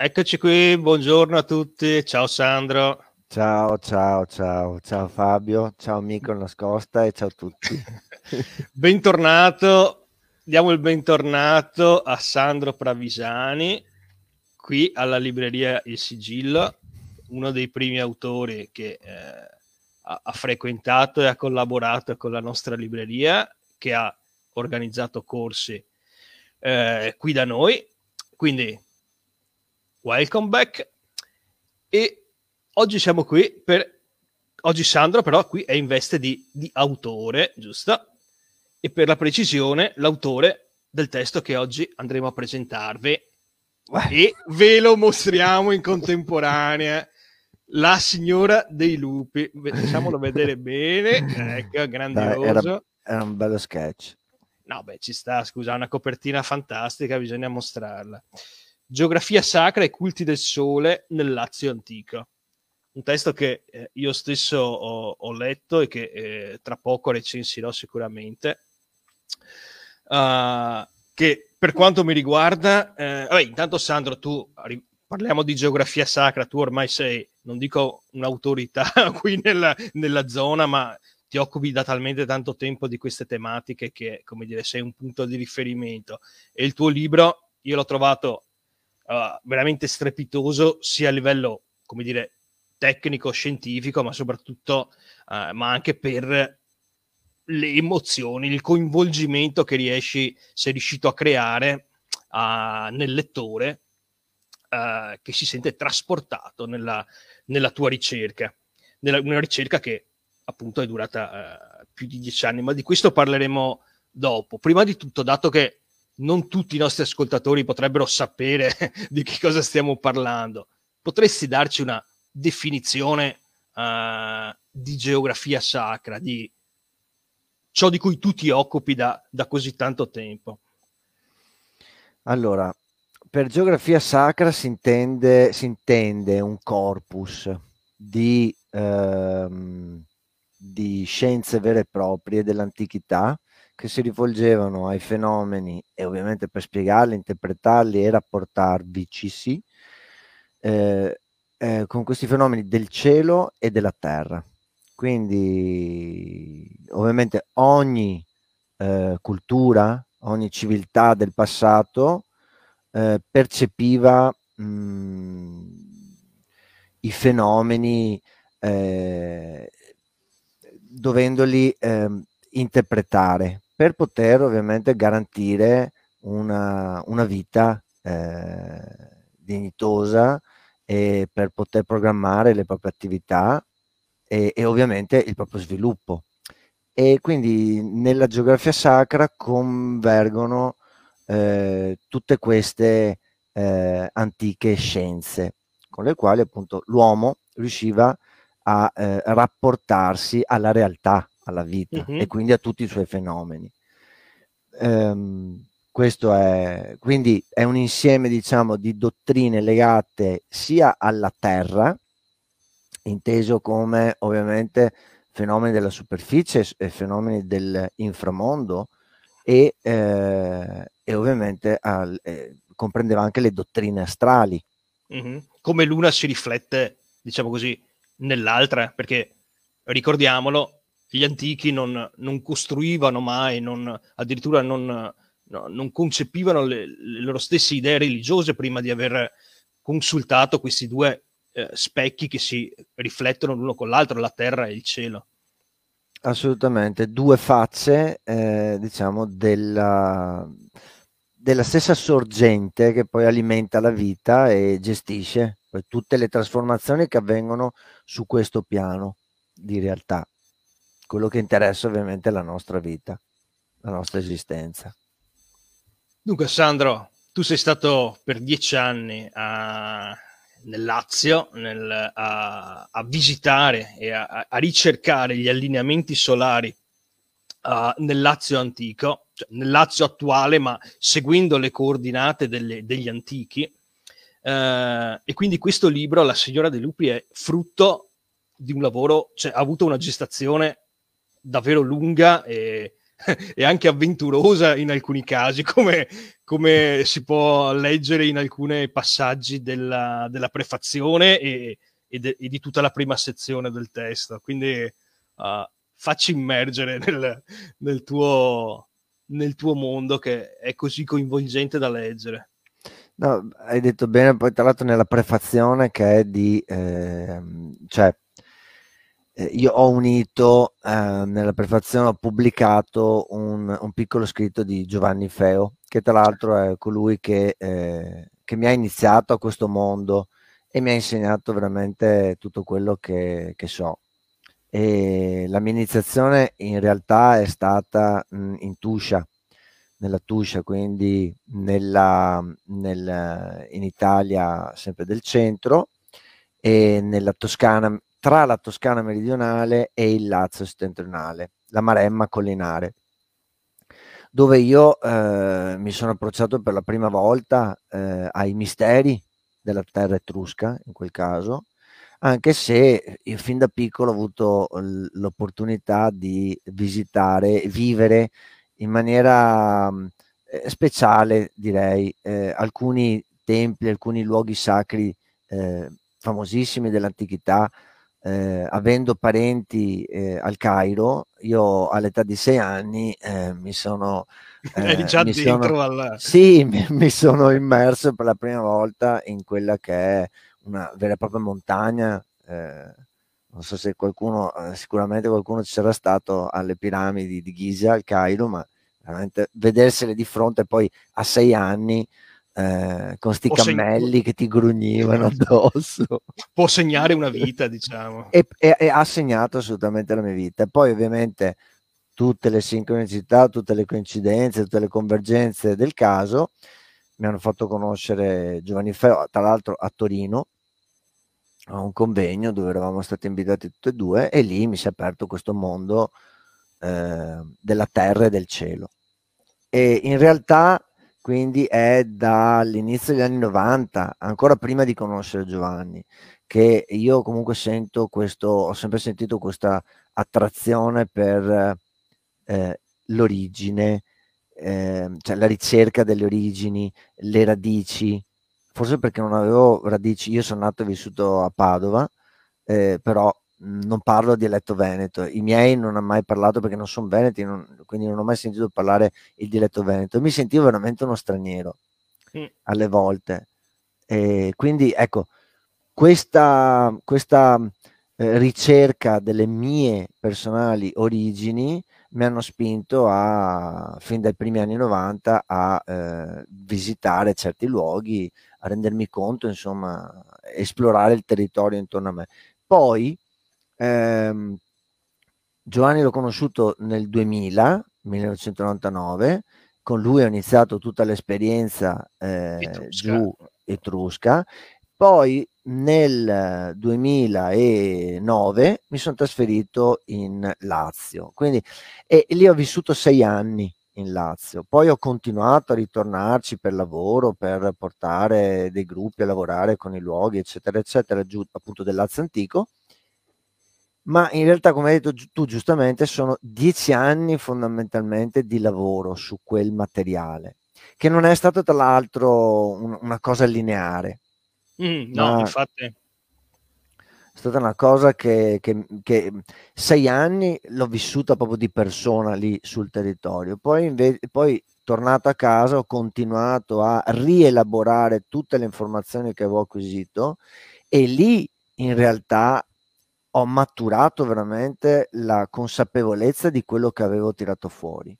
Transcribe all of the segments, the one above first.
Eccoci qui, buongiorno a tutti, ciao Sandro. Ciao Fabio, ciao Mico Nascosta e ciao a tutti. Bentornato, diamo il bentornato a Sandro Pravisani, qui alla libreria Il Sigillo, uno dei primi autori che ha frequentato e ha collaborato con la nostra libreria, che ha organizzato corsi qui da noi, quindi welcome back. E oggi siamo qui oggi Sandro però qui è in veste di autore, giusto? E per la precisione l'autore del testo che oggi andremo a presentarvi e ve lo mostriamo in contemporanea. La signora dei lupi, facciamolo vedere bene, ecco, Dai, era, grandioso. era un bello sketch. No, beh, ci sta, scusa, una copertina fantastica, bisogna mostrarla. Geografia sacra e culti del sole nel Lazio antico. Un testo che io stesso ho letto e che tra poco recensirò sicuramente. Che per quanto mi riguarda, vabbè, intanto Sandro, parliamo di geografia sacra, tu ormai sei, non dico un'autorità qui nella zona, ma ti occupi da talmente tanto tempo di queste tematiche che, come dire, sei un punto di riferimento. E il tuo libro, io l'ho trovato veramente strepitoso, sia a livello, come dire, tecnico, scientifico, ma soprattutto, ma anche per le emozioni, il coinvolgimento che sei riuscito a creare nel lettore, che si sente trasportato nella tua ricerca, una ricerca che appunto è durata più di 10 anni, ma di questo parleremo dopo. Prima di tutto, dato che non tutti i nostri ascoltatori potrebbero sapere di che cosa stiamo parlando, potresti darci una definizione di geografia sacra, di ciò di cui tu ti occupi da così tanto tempo? Allora, per geografia sacra si intende un corpus di, di scienze vere e proprie dell'antichità che si rivolgevano ai fenomeni e ovviamente per spiegarli, interpretarli e rapportarvicisi con questi fenomeni del cielo e della terra. Quindi ovviamente ogni cultura, ogni civiltà del passato percepiva i fenomeni eh, dovendoli interpretare per poter ovviamente garantire una vita dignitosa e per poter programmare le proprie attività e ovviamente il proprio sviluppo. E quindi nella geografia sacra convergono tutte queste antiche scienze con le quali appunto l'uomo riusciva a rapportarsi alla realtà, alla vita e Mm-hmm. quindi a tutti i suoi fenomeni. Questo è quindi è un insieme, diciamo, di dottrine legate sia alla terra, inteso come ovviamente fenomeni della superficie e fenomeni dell'inframondo, e ovviamente comprendeva anche le dottrine astrali. Mm-hmm. Come l'una si riflette, diciamo così, nell'altra, perché ricordiamolo, gli antichi non costruivano mai, addirittura non concepivano le loro stesse idee religiose prima di aver consultato questi due specchi che si riflettono l'uno con l'altro, la terra e il cielo. Assolutamente, due facce, diciamo, della stessa sorgente che poi alimenta la vita e gestisce poi tutte le trasformazioni che avvengono su questo piano di realtà. Quello che interessa ovviamente è la nostra vita, la nostra esistenza. Dunque, Sandro, tu sei stato per 10 anni nel Lazio a visitare e a ricercare gli allineamenti solari nel Lazio antico, cioè nel Lazio attuale, ma seguendo le coordinate degli antichi. E quindi questo libro, La Signora dei Lupi, è frutto di un lavoro, cioè ha avuto una gestazione davvero lunga e e anche avventurosa in alcuni casi, come si può leggere in alcuni passaggi della prefazione e di tutta la prima sezione del testo. Quindi facci immergere nel tuo mondo, che è così coinvolgente da leggere. No, hai detto bene, poi tra l'altro nella prefazione che è cioè, io ho unito, nella prefazione ho pubblicato un piccolo scritto di Giovanni Feo, che tra l'altro è colui che mi ha iniziato a questo mondo e mi ha insegnato veramente tutto quello che so. E la mia iniziazione in realtà è stata in Tuscia, nella Tuscia, quindi in Italia sempre del centro, e nella Toscana, tra la Toscana meridionale e il Lazio settentrionale, la Maremma collinare, dove io mi sono approcciato per la prima volta ai misteri della terra etrusca, in quel caso, anche se io fin da piccolo ho avuto l'opportunità di visitare, vivere in maniera speciale, direi, alcuni templi, alcuni luoghi sacri famosissimi dell'antichità. Avendo parenti al Cairo, io all'età di 6 anni mi sono, Eri già mi sono, dentro al... sì, mi sono immerso per la prima volta in quella che è una vera e propria montagna. Non so se qualcuno, sicuramente qualcuno ci sarà stato alle piramidi di Giza al Cairo, ma veramente vedersele di fronte poi a 6 anni, con sti cammelli che ti grugnivano addosso. Può segnare una vita, diciamo. E ha segnato assolutamente la mia vita. E poi ovviamente tutte le sincronicità, tutte le coincidenze, tutte le convergenze del caso mi hanno fatto conoscere Giovanni Feo, tra l'altro a Torino, a un convegno dove eravamo stati invitati tutti e due, e lì mi si è aperto questo mondo della terra e del cielo. E in realtà quindi è dall'inizio degli anni 90, ancora prima di conoscere Giovanni, che io comunque ho sempre sentito questa attrazione per l'origine, cioè la ricerca delle origini, le radici. Forse perché non avevo radici, io sono nato e vissuto a Padova, però non parlo dialetto veneto. I miei non hanno mai parlato perché non sono veneti, quindi non ho mai sentito parlare il dialetto veneto. Mi sentivo veramente uno straniero alle volte. Quindi ecco, questa ricerca delle mie personali origini mi hanno spinto fin dai primi anni 90 a visitare certi luoghi, a rendermi conto, insomma, esplorare il territorio intorno a me. Poi Giovanni l'ho conosciuto nel 1999, con lui ho iniziato tutta l'esperienza giù etrusca. Poi nel 2009 mi sono trasferito in Lazio, quindi, e lì ho vissuto 6 anni in Lazio. Poi ho continuato a ritornarci per lavoro, per portare dei gruppi a lavorare con i luoghi, eccetera, eccetera, giù appunto del Lazio antico. Ma in realtà, come hai detto tu giustamente, sono 10 anni fondamentalmente di lavoro su quel materiale, che non è stato tra l'altro una cosa lineare. No, infatti. È stata una cosa che 6 anni l'ho vissuta proprio di persona lì sul territorio. Poi tornato a casa ho continuato a rielaborare tutte le informazioni che avevo acquisito, e lì in realtà ho maturato veramente la consapevolezza di quello che avevo tirato fuori.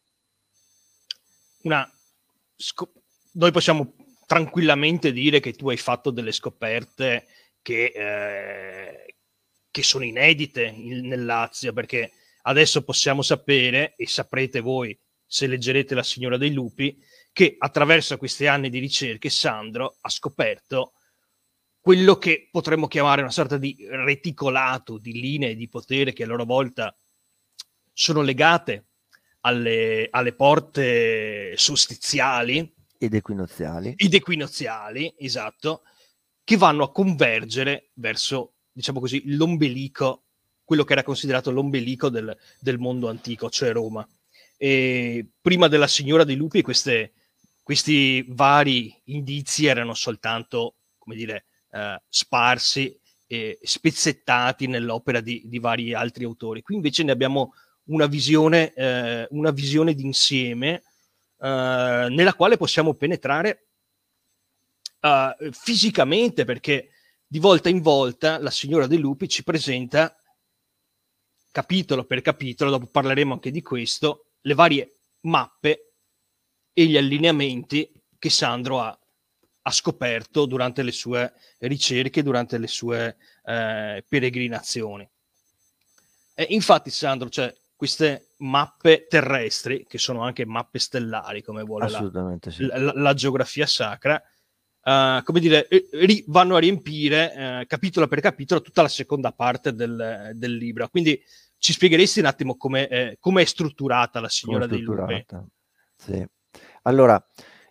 Noi possiamo tranquillamente dire che tu hai fatto delle scoperte che sono inedite nel Lazio, perché adesso possiamo sapere, e saprete voi se leggerete La Signora dei Lupi, che attraverso questi anni di ricerche Sandro ha scoperto quello che potremmo chiamare una sorta di reticolato di linee di potere che a loro volta sono legate alle porte solstiziali ed equinoziali, esatto, che vanno a convergere verso, diciamo così, l'ombelico, quello che era considerato l'ombelico del mondo antico, cioè Roma. e prima della Signora dei Lupi questi vari indizi erano soltanto, come dire, sparsi e spezzettati nell'opera di vari altri autori. Qui invece ne abbiamo una visione d'insieme, nella quale possiamo penetrare fisicamente, perché di volta in volta la Signora dei Lupi ci presenta, capitolo per capitolo, dopo parleremo anche di questo, le varie mappe e gli allineamenti che Sandro ha scoperto durante le sue ricerche, durante le sue peregrinazioni. Infatti, Sandro, cioè, queste mappe terrestri, che sono anche mappe stellari, come vuole Sì. la geografia sacra, come dire, vanno a riempire capitolo per capitolo tutta la seconda parte del libro. Quindi ci spiegheresti un attimo come è strutturata la Signora dei Lupi? Sì. Allora,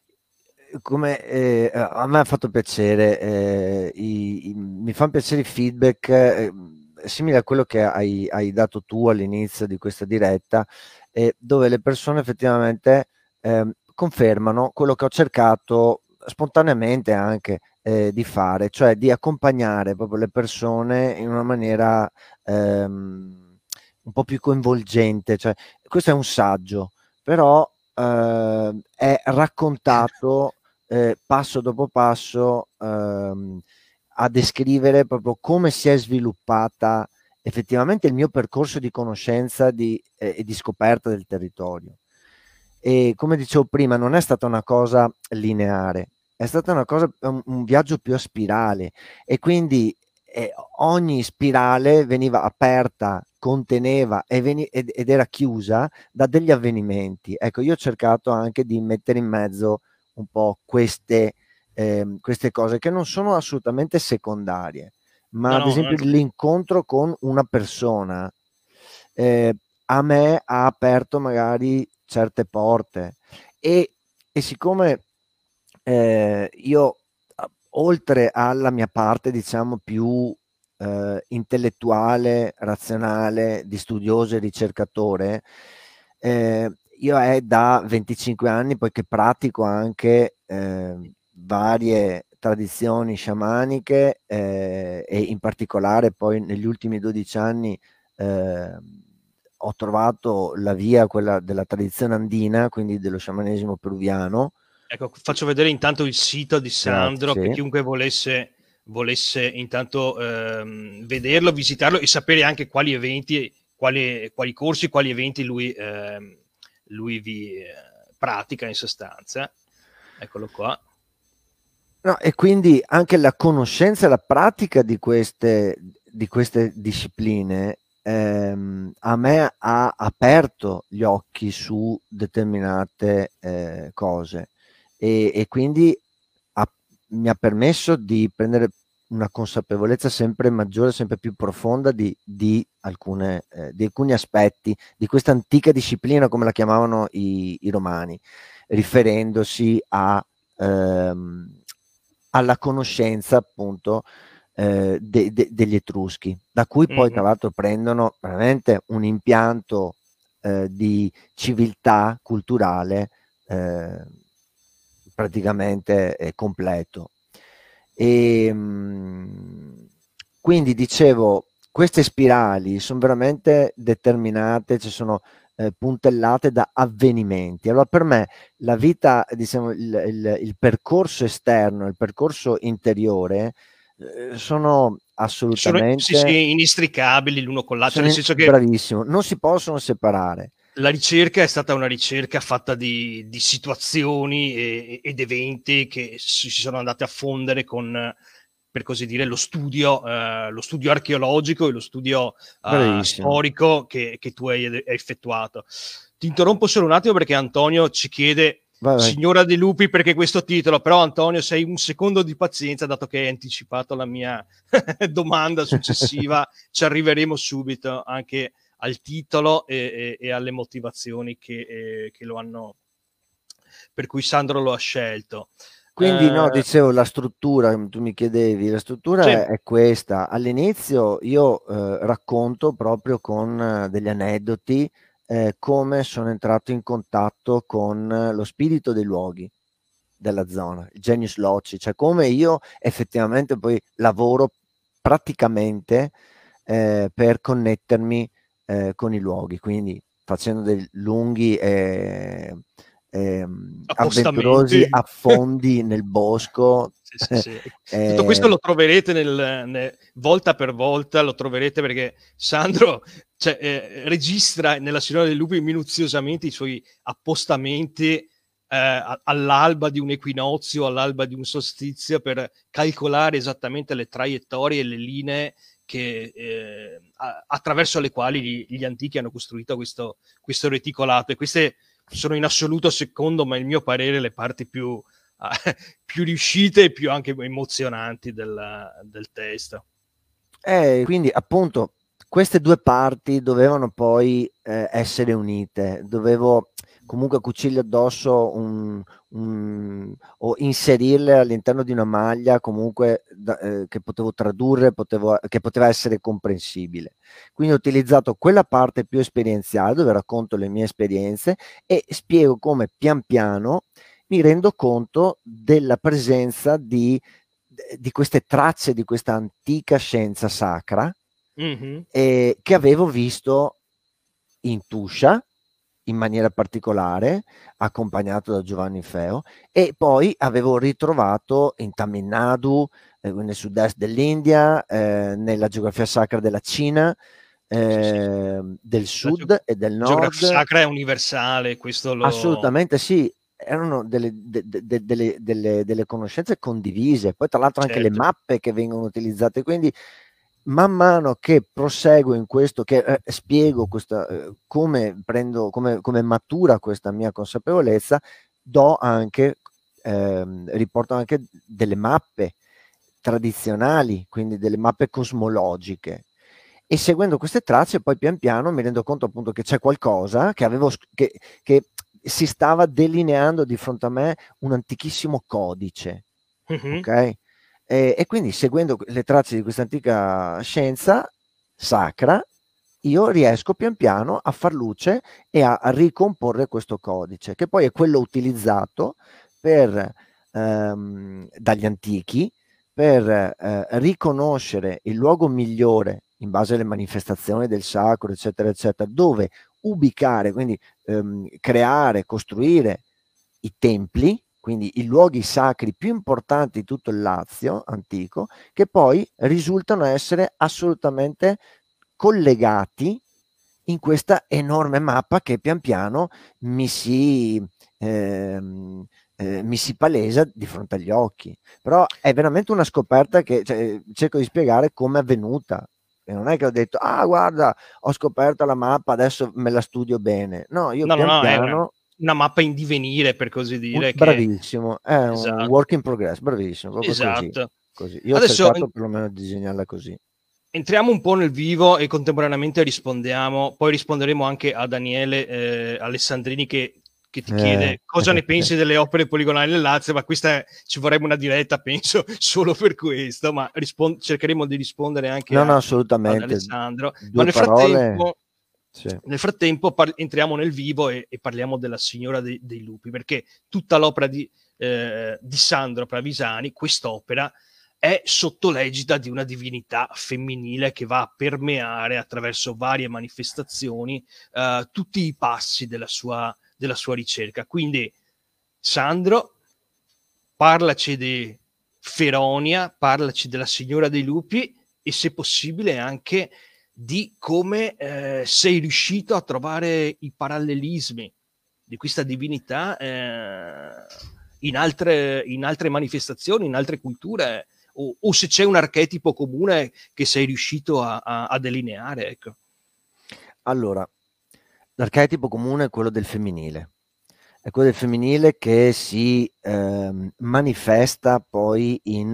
a me ha fatto piacere, mi fanno piacere i feedback simili a quello che hai dato tu all'inizio di questa diretta, dove le persone effettivamente confermano quello che ho cercato spontaneamente anche di fare, cioè di accompagnare proprio le persone in una maniera un po' più coinvolgente. Cioè, questo è un saggio, però è raccontato passo dopo passo a descrivere proprio come si è sviluppata effettivamente il mio percorso di conoscenza e di scoperta del territorio. E come dicevo prima, non è stata una cosa lineare, è stata una cosa, un viaggio più a spirale, e quindi ogni spirale veniva aperta, conteneva ed era chiusa da degli avvenimenti. Ecco, io ho cercato anche di mettere in mezzo un po' queste cose che non sono assolutamente secondarie, ma ad esempio l'incontro con una persona a me ha aperto magari certe porte, e siccome io, oltre alla mia parte diciamo più intellettuale, razionale, di studioso e ricercatore, io è da 25 anni poi che pratico anche varie tradizioni sciamaniche, e in particolare poi negli ultimi 12 anni ho trovato la via, quella della tradizione andina, quindi dello sciamanesimo peruviano. Ecco, faccio vedere intanto il sito di Sandro, Grazie. che chiunque volesse intanto vederlo, visitarlo e sapere anche quali eventi, quali corsi, quali eventi lui vi pratica in sostanza. Eccolo qua. No, e quindi anche la conoscenza e la pratica di queste discipline a me ha aperto gli occhi su determinate cose, e quindi mi ha permesso di prendere una consapevolezza sempre maggiore, sempre più profonda di alcuni aspetti di questa antica disciplina, come la chiamavano i romani, riferendosi alla conoscenza appunto degli Etruschi, da cui poi tra l'altro prendono veramente un impianto di civiltà culturale praticamente completo. E quindi dicevo, queste spirali sono veramente determinate, ci sono puntellate da avvenimenti. Allora per me la vita, diciamo, il percorso esterno, il percorso interiore sono assolutamente sì, inestricabili l'uno con l'altro, nel senso che bravissimo, non si possono separare. La ricerca è stata una ricerca fatta di situazioni ed eventi che si sono andati a fondere con, per così dire, lo studio archeologico e lo studio storico che tu hai effettuato. Ti interrompo solo un attimo perché Antonio ci chiede Signora dei Lupi, perché questo titolo, però Antonio, sei un secondo di pazienza, dato che hai anticipato la mia domanda successiva, ci arriveremo subito anche al titolo e alle motivazioni che lo hanno, per cui Sandro lo ha scelto. Quindi no, dicevo, la struttura, tu mi chiedevi, la struttura sì. è questa. All'inizio io racconto proprio con degli aneddoti come sono entrato in contatto con lo spirito dei luoghi della zona, il genius loci, cioè come io effettivamente poi lavoro praticamente per connettermi con i luoghi, quindi facendo dei lunghi avventurosi Appostamenti. affondi nel bosco. Sì, sì, sì. Tutto questo eh, lo troverete volta per volta, lo troverete perché Sandro, cioè, registra nella Signora dei Lupi minuziosamente i suoi appostamenti all'alba di un equinozio, all'alba di un solstizio, per calcolare esattamente le traiettorie e le linee attraverso le quali gli antichi hanno costruito questo reticolato. E queste sono in assoluto, secondo me, il mio parere, le parti più riuscite e più anche emozionanti del testo. Quindi appunto queste due parti dovevano poi essere unite, dovevo comunque cucirle addosso o inserirle all'interno di una maglia comunque che potevo tradurre, che poteva essere comprensibile. Quindi ho utilizzato quella parte più esperienziale dove racconto le mie esperienze e spiego come pian piano mi rendo conto della presenza di queste tracce di questa antica scienza sacra Mm-hmm. che avevo visto in Tuscia in maniera particolare, accompagnato da Giovanni Feo, e poi avevo ritrovato in Tamil Nadu, nel sud-est dell'India, nella geografia sacra della Cina, Sì, sì, sì. del La sud e del geografia nord. sacra è universale, questo lo... Assolutamente sì, erano delle conoscenze condivise, poi tra l'altro anche le Certo. mappe che vengono utilizzate, quindi man mano che proseguo in questo, che spiego questa, come matura questa mia consapevolezza, do anche, riporto anche delle mappe tradizionali, quindi delle mappe cosmologiche. E seguendo queste tracce, poi pian piano mi rendo conto appunto che c'è qualcosa che si stava delineando di fronte a me, un antichissimo codice, Mm-hmm. ok? E quindi seguendo le tracce di questa antica scienza sacra, io riesco pian piano a far luce e a ricomporre questo codice, che poi è quello utilizzato dagli antichi per riconoscere il luogo migliore in base alle manifestazioni del sacro, eccetera, eccetera, dove ubicare, quindi creare, costruire i templi, quindi i luoghi sacri più importanti di tutto il Lazio antico, che poi risultano essere assolutamente collegati in questa enorme mappa che pian piano mi si, ehm, mi si palesa di fronte agli occhi. Però è veramente una scoperta che cerco di spiegare come è avvenuta. E non è che ho detto, ah guarda, ho scoperto la mappa, adesso me la studio bene. No, io No, no, pian no, è piano, una mappa in divenire, per così dire, che... bravissimo, è un work Esatto, in progress, bravissimo, proprio così. esatto. Così. Io ho Adesso cercato perlomeno di disegnarla così. entriamo un po' nel vivo e contemporaneamente rispondiamo, poi risponderemo anche a Daniele Alessandrini che ti Eh, chiede cosa ne pensi delle opere poligonali del Lazio, ma ci vorrebbe una diretta, penso, solo per questo, ma cercheremo di rispondere anche no, no, ad assolutamente. Alessandro. Ma Due parole. Sì. nel frattempo entriamo nel vivo e parliamo della Signora dei Lupi, perché tutta l'opera di Sandro Pravisani, quest'opera, è sotto l'egida di una divinità femminile che va a permeare attraverso varie manifestazioni tutti i passi della sua ricerca. Quindi, Sandro, parlaci di Feronia, parlaci della Signora dei Lupi e, se possibile, anche di come sei riuscito a trovare i parallelismi di questa divinità in altre manifestazioni, in altre culture, o se c'è un archetipo comune che sei riuscito a delineare, ecco. Allora, l'archetipo comune è quello del femminile. È quello del femminile che si manifesta poi in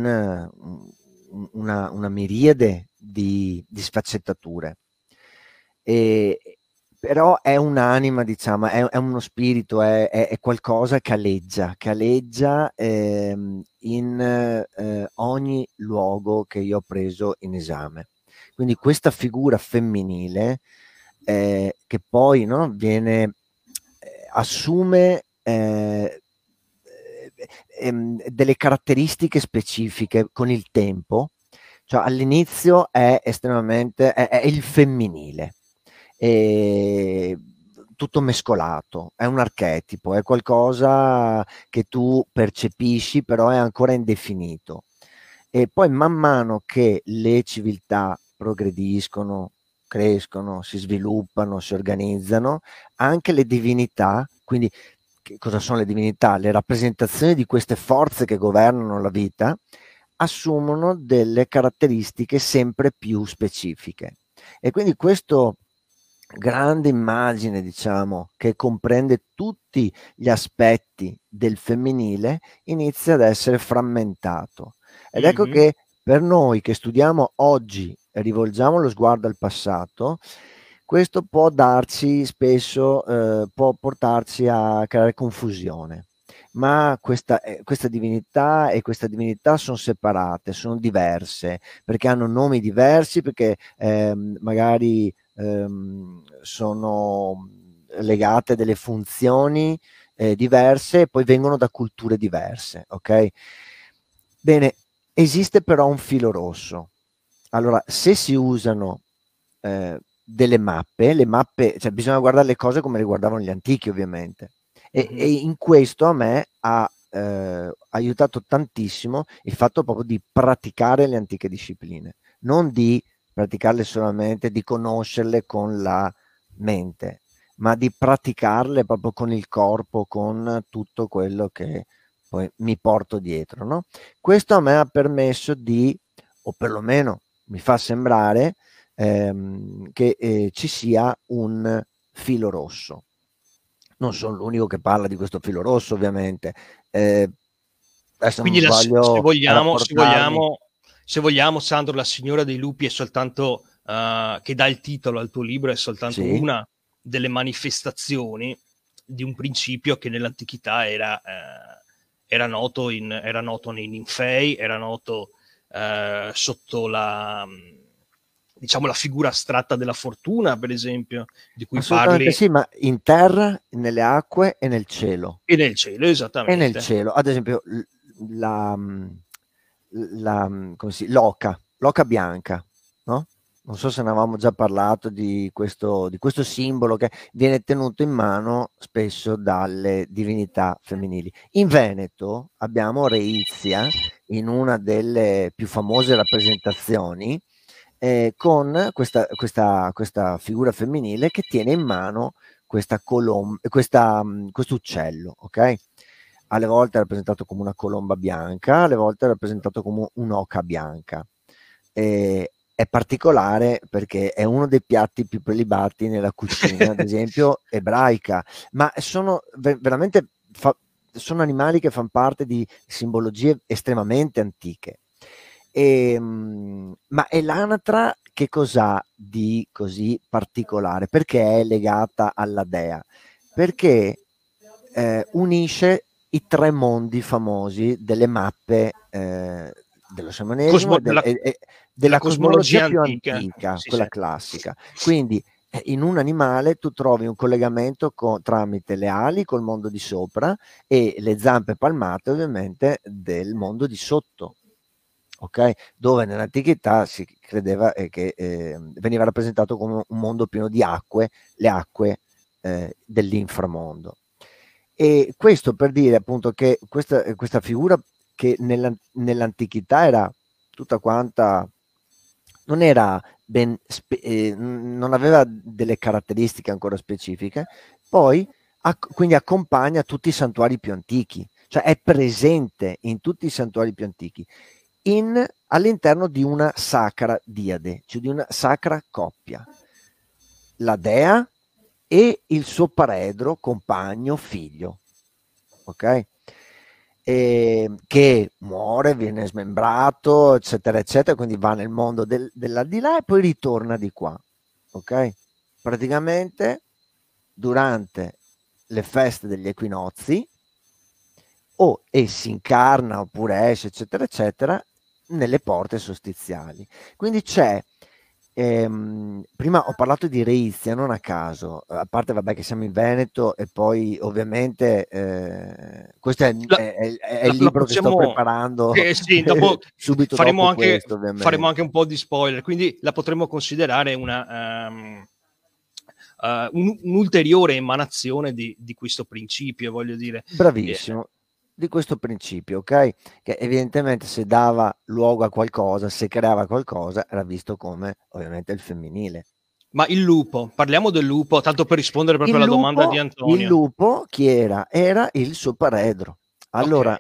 una miriade di sfaccettature. E, però è un'anima, diciamo, è uno spirito, è qualcosa che aleggia in ogni luogo che io ho preso in esame. Quindi questa figura femminile che poi, no, assume delle caratteristiche specifiche con il tempo. Cioè, all'inizio è estremamente è il femminile, e tutto mescolato, è un archetipo, è qualcosa che tu percepisci, però è ancora indefinito. E poi man mano che le civiltà progrediscono, crescono, si sviluppano, si organizzano, anche le divinità, quindi che cosa sono le divinità? Le rappresentazioni di queste forze che governano la vita assumono delle caratteristiche sempre più specifiche. E quindi questo grande immagine, diciamo, che comprende tutti gli aspetti del femminile, inizia ad essere frammentato. Ed ecco Mhm. che per noi che studiamo oggi e rivolgiamo lo sguardo al passato, questo può darci spesso, può portarci a creare confusione. Ma questa divinità e questa divinità sono separate, sono diverse, perché hanno nomi diversi, perché magari sono legate a delle funzioni diverse e poi vengono da culture diverse, ok? Bene, esiste però un filo rosso. Allora, se si usano delle mappe, le mappe, cioè bisogna guardare le cose come le guardavano gli antichi, ovviamente. E Mhm. in questo a me ha aiutato tantissimo il fatto proprio di praticare le antiche discipline, non di praticarle solamente, di conoscerle con la mente, ma di praticarle proprio con il corpo, con tutto quello che poi mi porto dietro, no? Questo a me ha permesso di, o perlomeno mi fa sembrare, che ci sia un filo rosso. Non sono l'unico che parla di questo filo rosso, ovviamente. Eh, Adesso Quindi non se voglio vogliamo, rapportarmi. se vogliamo, Sandro, la Signora dei Lupi è soltanto, che dà il titolo al tuo libro, è soltanto Sì, una delle manifestazioni di un principio che nell'antichità era noto nei Ninfei, era noto sotto diciamo, la figura astratta della fortuna, per esempio, di cui assolutamente parli, sì, ma in terra, nelle acque e nel cielo. e nel cielo, E nel esattamente. cielo, ad esempio, la, l'oca bianca, no? Non so se ne avevamo già parlato di questo simbolo che viene tenuto in mano spesso dalle divinità femminili. In Veneto abbiamo Reizia, in una delle più famose rappresentazioni, con questa figura femminile che tiene in mano questo uccello, ok? Alle volte è rappresentato come una colomba bianca, alle volte è rappresentato come un'oca bianca. È particolare perché è uno dei piatti più prelibati nella cucina, ad esempio ebraica, ma sono veramente sono animali che fanno parte di simbologie estremamente antiche. Ma e l'anatra che cos'ha di così particolare? Perché è legata alla dea? Perché unisce i tre mondi famosi delle mappe dello sciamanesimo Della, e della della cosmologia cosmologia più antica. antica, Sì, quella sì. classica. Quindi in un animale tu trovi un collegamento tramite le ali col mondo di sopra e le zampe palmate ovviamente del mondo di sotto. Ok? Dove nell'antichità si credeva che veniva rappresentato come un mondo pieno di acque, le acque dell'inframondo. E questo per dire appunto che questa figura che nell'antichità era tutta quanta, non era non aveva delle caratteristiche ancora specifiche, poi quindi accompagna tutti i santuari più antichi, cioè è presente in tutti i santuari più antichi, all'interno di una sacra diade, cioè di una sacra coppia, la dea e il suo paredro, compagno, figlio, ok? Che muore, viene smembrato, eccetera, eccetera, quindi va nel mondo dell'aldilà e poi ritorna di qua, ok? Praticamente durante le feste degli equinozi e si incarna oppure esce, eccetera, eccetera, nelle porte solstiziali. Quindi c'è Prima ho parlato di Reizia, non a caso, a parte vabbè che siamo in Veneto e poi ovviamente questo La, è il la libro che sto possiamo, preparando sì, dopo subito faremo dopo anche, questo, faremo ovviamente. anche un po' di spoiler, quindi la potremmo considerare un'ulteriore emanazione di questo principio, voglio dire. Bravissimo, di questo principio, ok? Che evidentemente se dava luogo a qualcosa, se creava qualcosa, era visto come ovviamente il femminile. Ma il lupo, parliamo del lupo, tanto per rispondere proprio alla domanda di Il Antonio. lupo chi era? Era il suo paredro. Ok. Allora,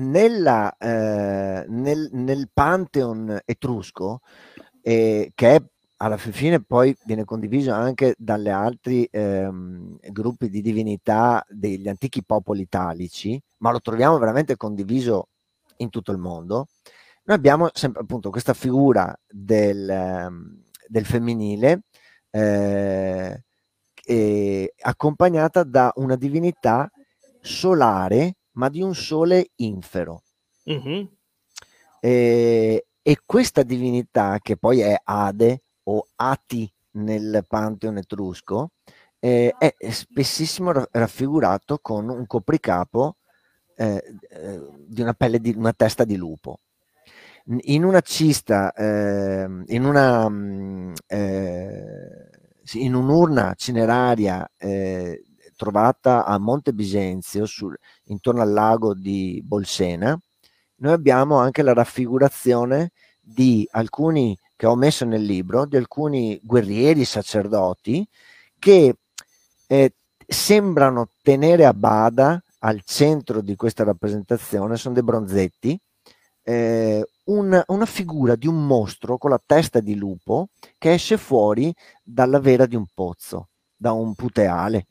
nel Pantheon etrusco, che alla fine poi viene condiviso anche dalle altri gruppi di divinità degli antichi popoli italici, ma lo troviamo veramente condiviso in tutto il mondo. Noi abbiamo sempre appunto questa figura del femminile eh, accompagnata da una divinità solare, ma di un sole infero. Mhm. E questa divinità, che poi è Ade o Ati nel Pantheon etrusco, è spessissimo raffigurato con un copricapo di una pelle di una testa di lupo. In una cista, in un'urna cineraria trovata a Monte Bisenzio, intorno al lago di Bolsena, noi abbiamo anche la raffigurazione di alcuni, che ho messo nel libro, di alcuni guerrieri sacerdoti che sembrano tenere a bada al centro di questa rappresentazione, sono dei bronzetti, una figura di un mostro con la testa di lupo che esce fuori dalla vera di un pozzo, da un puteale.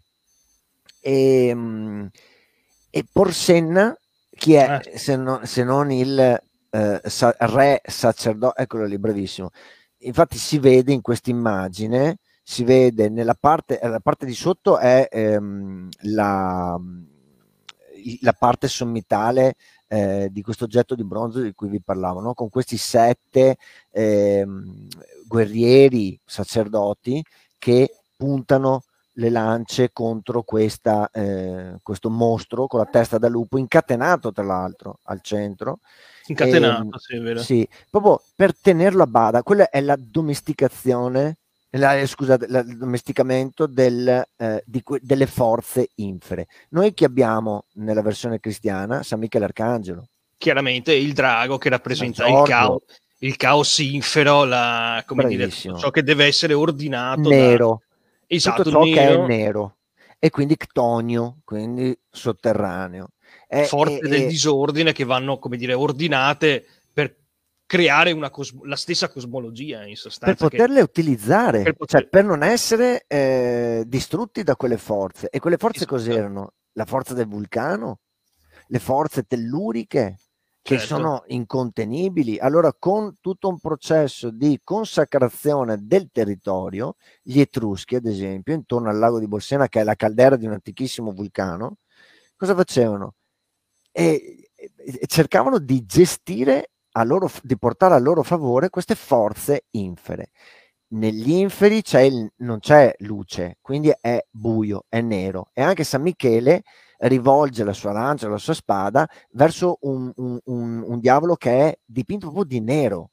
E Porsenna, chi è Ah, se non il re sacerdote? Eccolo lì, bravissimo. Infatti si vede in questa immagine, si vede la parte di sotto è la parte sommitale di questo oggetto di bronzo di cui vi parlavo, no? Con questi 7 guerrieri sacerdoti che puntano le lance contro questo mostro con la testa da lupo, incatenato tra l'altro al centro. incatenato, sì, è vero. Sì, proprio per tenerlo a bada. Quella è la domesticazione, scusate, il domesticamento delle forze infere. Noi che abbiamo nella versione cristiana San Michele Arcangelo, Chiaramente il drago che San rappresenta Giorgio, il caos infero, come dire, tutto bravissimo, ciò che deve essere ordinato da... nero, tutto Esatto, ciò che è nero, nero, e quindi ctonio, quindi sotterraneo. forze del disordine che vanno, come dire, ordinate per creare la stessa cosmologia, in Per sostanza, che poterle per utilizzare, cioè poter... per non essere distrutti da quelle forze. E quelle forze Esatto, cos'erano? La forza del vulcano, le forze telluriche che certo. sono incontenibili. Allora, con tutto un processo di consacrazione del territorio, gli Etruschi, ad esempio, intorno al lago di Bolsena, che è la caldera di un antichissimo vulcano, cosa facevano? E cercavano di gestire di portare a loro favore queste forze infere. Negli inferi non c'è luce, quindi è buio, è nero. E anche San Michele rivolge la sua lancia, la sua spada verso un diavolo che è dipinto proprio di nero.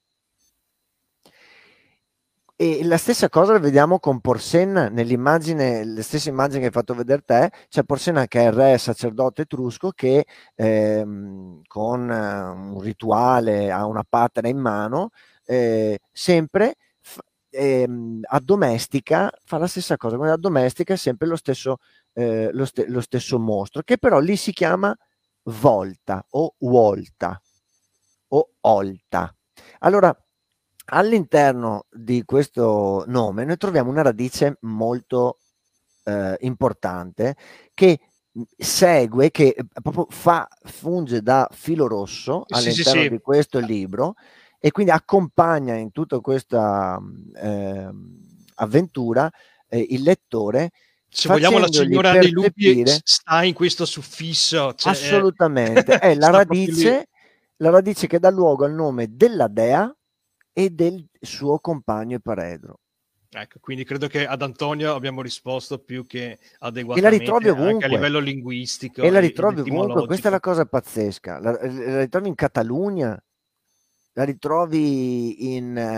E la stessa cosa la vediamo con Porsenna nell'immagine, le stesse immagini che hai fatto vedere te. C'è Porsenna che è il re sacerdote etrusco che con un rituale ha una patera in mano, sempre addomestica, fa la stessa cosa, quindi addomestica sempre lo stesso mostro, che però lì si chiama Volta o Volta o Olta. Allora, all'interno di questo nome noi troviamo una radice molto importante che segue, che proprio funge da filo rosso Sì, sì, all'interno sì. di questo libro e quindi accompagna in tutta questa avventura il lettore Se vogliamo, la facendogli signora dei lupi percepire. sta in questo suffisso, cioè, Assolutamente, è sta proprio lì. la radice che dà luogo al nome della dea e del suo compagno e paredro. Ecco, quindi credo che ad Antonio abbiamo risposto più che E la ritrovi adeguatamente, anche a ovunque. livello E linguistico la ed ritrovi ovunque, questa è la etimologico. cosa pazzesca. La ritrovi in Catalogna, la ritrovi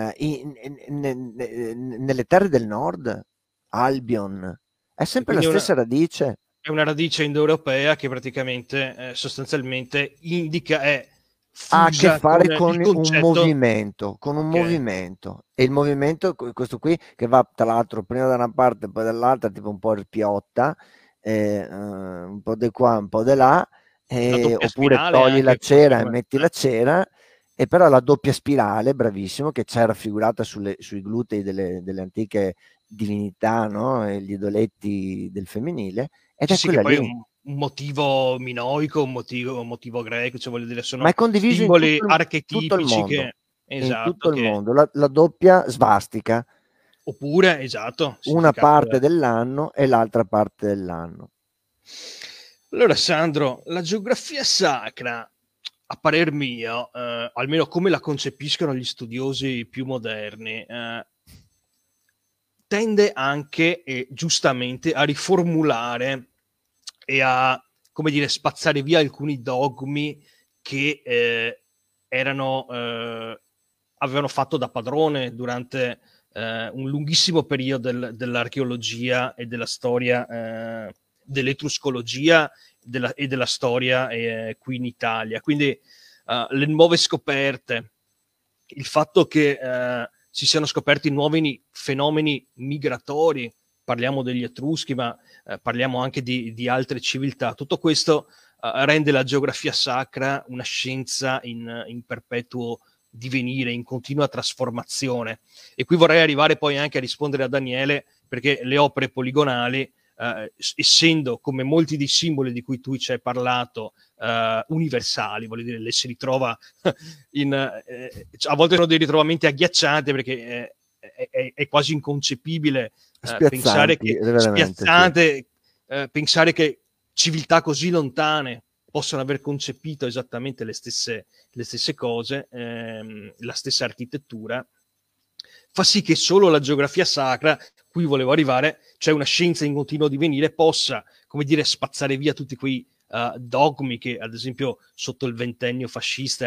nelle terre del nord, Albion, è E sempre la quindi stessa radice. è una radice indoeuropea che praticamente, sostanzialmente indica, è Ha a che fusa con fare il con un concetto. movimento, con un Ok, movimento. E il movimento, questo qui, che va tra l'altro prima da una parte e poi dall'altra, tipo un po' ripiotta, un po' di qua, un po' di là, la doppia oppure spirale togli la anche, forse cera e come... metti la cera, e però la doppia spirale, bravissimo, che c'è raffigurata sui glutei delle antiche divinità, no? E gli idoletti del femminile, ed Sì, è sì, che quella poi è lì. un motivo minoico, un motivo greco, cioè voglio dire, Ma sono è condiviso in simboli tutto il archetipici mondo, che, in esatto, tutto il che, mondo. La doppia svastica, oppure, esatto, una significato. parte dell'anno e l'altra parte dell'anno. Allora, Sandro, la geografia sacra, a parer mio, almeno come la concepiscono gli studiosi più moderni, tende anche, giustamente, a riformulare e a, come dire, spazzare via alcuni dogmi che avevano fatto da padrone durante un lunghissimo periodo dell'archeologia e della storia, dell'etruscologia e della storia qui in Italia. Quindi le nuove scoperte, il fatto che si siano scoperti nuovi fenomeni migratori, parliamo degli Etruschi, ma parliamo anche di altre civiltà, tutto questo rende la geografia sacra una scienza in perpetuo divenire, in continua trasformazione. E qui vorrei arrivare poi anche a rispondere a Daniele, perché le opere poligonali, essendo come molti dei simboli di cui tu ci hai parlato, universali, voglio dire, le si ritrova a volte sono dei ritrovamenti agghiaccianti, perché è quasi inconcepibile pensare Spiazzanti, che, veramente, sì. spiazzante, pensare che civiltà così lontane possano aver concepito esattamente le stesse cose, la stessa architettura, fa sì che solo la geografia sacra, qui volevo arrivare, cioè una scienza in continuo divenire, possa, come dire, spazzare via tutti quei dogmi che, ad esempio, sotto il ventennio fascista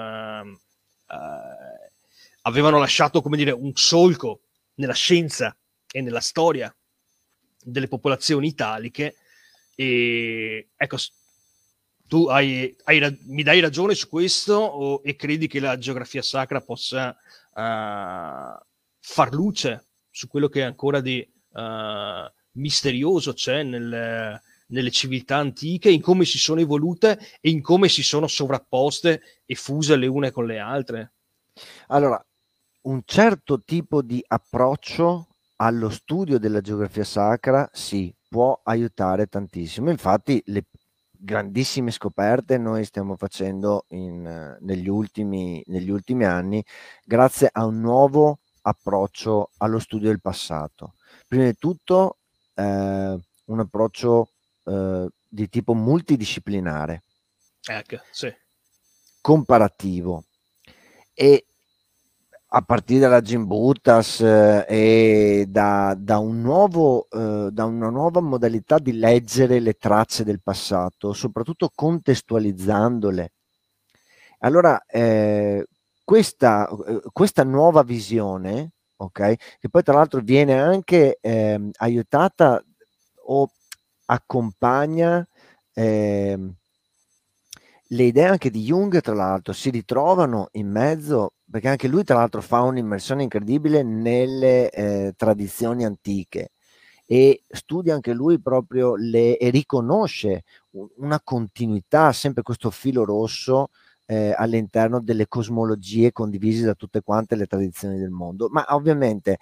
avevano lasciato, come dire, un solco nella scienza e nella storia delle popolazioni italiche. E ecco, tu mi dai ragione su questo, e credi che la geografia sacra possa far luce su quello che ancora di misterioso c'è nelle civiltà antiche, in come si sono evolute e in come si sono sovrapposte e fuse le une con le altre? Allora, un certo tipo di approccio allo studio della geografia sacra, sì, può aiutare tantissimo. Infatti, le grandissime scoperte noi stiamo facendo negli ultimi anni grazie a un nuovo approccio allo studio del passato. Prima di tutto, un approccio di tipo multidisciplinare, Ecco, sì. comparativo, e a partire dalla Gimbutas, e da una nuova modalità di leggere le tracce del passato, soprattutto contestualizzandole. Allora, questa nuova visione, ok, che poi tra l'altro viene anche aiutata o accompagna ehm, le idee anche di Jung, tra l'altro, si ritrovano in mezzo, perché anche lui, tra l'altro, fa un'immersione incredibile nelle tradizioni antiche, e studia anche lui proprio e riconosce una continuità, sempre questo filo rosso all'interno delle cosmologie condivise da tutte quante le tradizioni del mondo. Ma ovviamente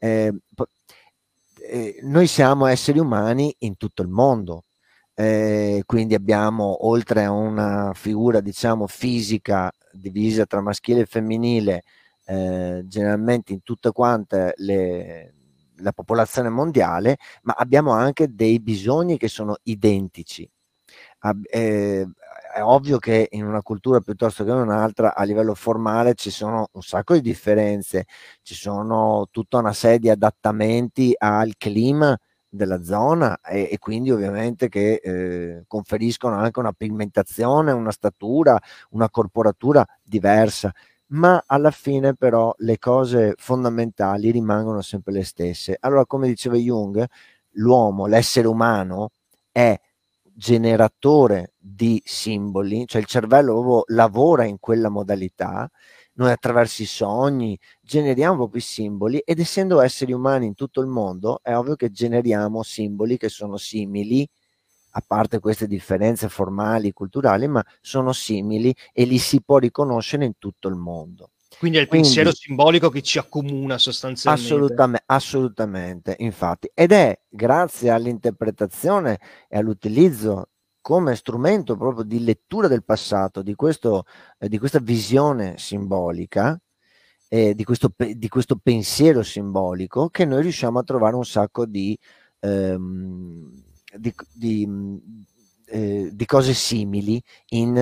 noi siamo esseri umani in tutto il mondo. Quindi abbiamo, oltre a una figura diciamo fisica divisa tra maschile e femminile, generalmente in tutte quante la popolazione mondiale, ma abbiamo anche dei bisogni che sono identici. è ovvio che in una cultura piuttosto che in un'altra, a livello formale, ci sono un sacco di differenze, ci sono tutta una serie di adattamenti al clima della zona e quindi ovviamente che conferiscono anche una pigmentazione, una statura, una corporatura diversa, ma alla fine però le cose fondamentali rimangono sempre le stesse. Allora, come diceva Jung, l'uomo, l'essere umano, è generatore di simboli, cioè il cervello proprio lavora in quella modalità, noi attraverso i sogni generiamo proprio i simboli ed essendo esseri umani in tutto il mondo è ovvio che generiamo simboli che sono simili, a parte queste differenze formali, culturali, ma sono simili e li si può riconoscere in tutto il mondo. Quindi è il pensiero Quindi simbolico che ci accomuna sostanzialmente. assolutamente, infatti, ed è grazie all'interpretazione e all'utilizzo come strumento proprio di lettura del passato, di questa visione simbolica, di questo pensiero simbolico, che noi riusciamo a trovare un sacco ehm, di, di, di cose simili in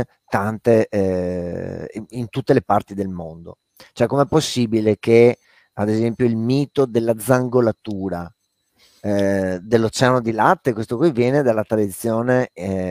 in tutte le parti del mondo. Cioè, com'è possibile che, ad esempio, il mito della zangolatura dell'oceano di latte, questo qui viene dalla tradizione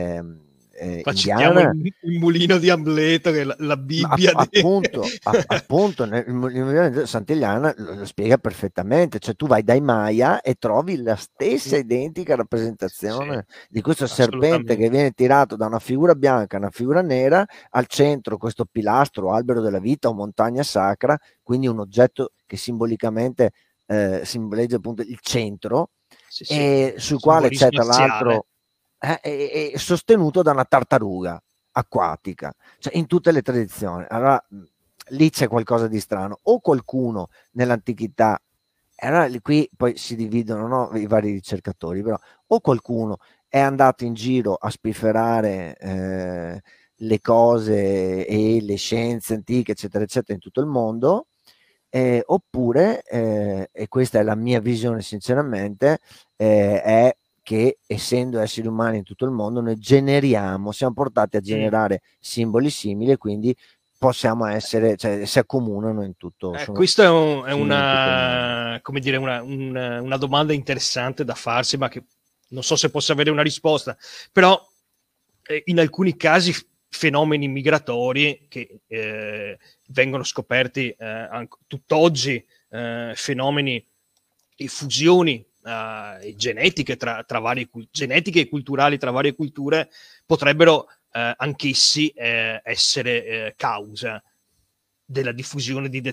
Qua citiamo indiana. il mulino di Amleto, che è la Ma Bibbia di... appunto, il movimento Sant'Eliana lo spiega perfettamente, cioè tu vai dai Maya e trovi la stessa identica Sì, rappresentazione di questo serpente che assolutamente. viene tirato da una figura bianca a una figura nera, al centro questo pilastro, albero della vita o montagna sacra, quindi un oggetto che simbolicamente simboleggia appunto il centro, Sì, sì, e sul quale c'è simbolismo tra aziale. l'altro è sostenuto da una tartaruga acquatica, cioè in tutte le tradizioni. Allora lì c'è qualcosa di strano, o qualcuno nell'antichità, e allora qui poi si dividono, no, i vari ricercatori, però o qualcuno è andato in giro a spifferare le cose e le scienze antiche, eccetera, eccetera, in tutto il mondo, oppure, e questa è la mia visione sinceramente, è che essendo esseri umani in tutto il mondo, noi siamo portati a Mm. generare simboli simili e quindi possiamo essere, cioè si accomunano in tutto, sono Questa è simili in tutto il mondo. una, come dire, una domanda interessante da farsi, ma che non so se possa avere una risposta. Però in alcuni casi fenomeni migratori che vengono scoperti tutt'oggi, fenomeni e fusioni genetiche, genetiche e culturali tra varie culture, potrebbero anch'essi essere causa della diffusione di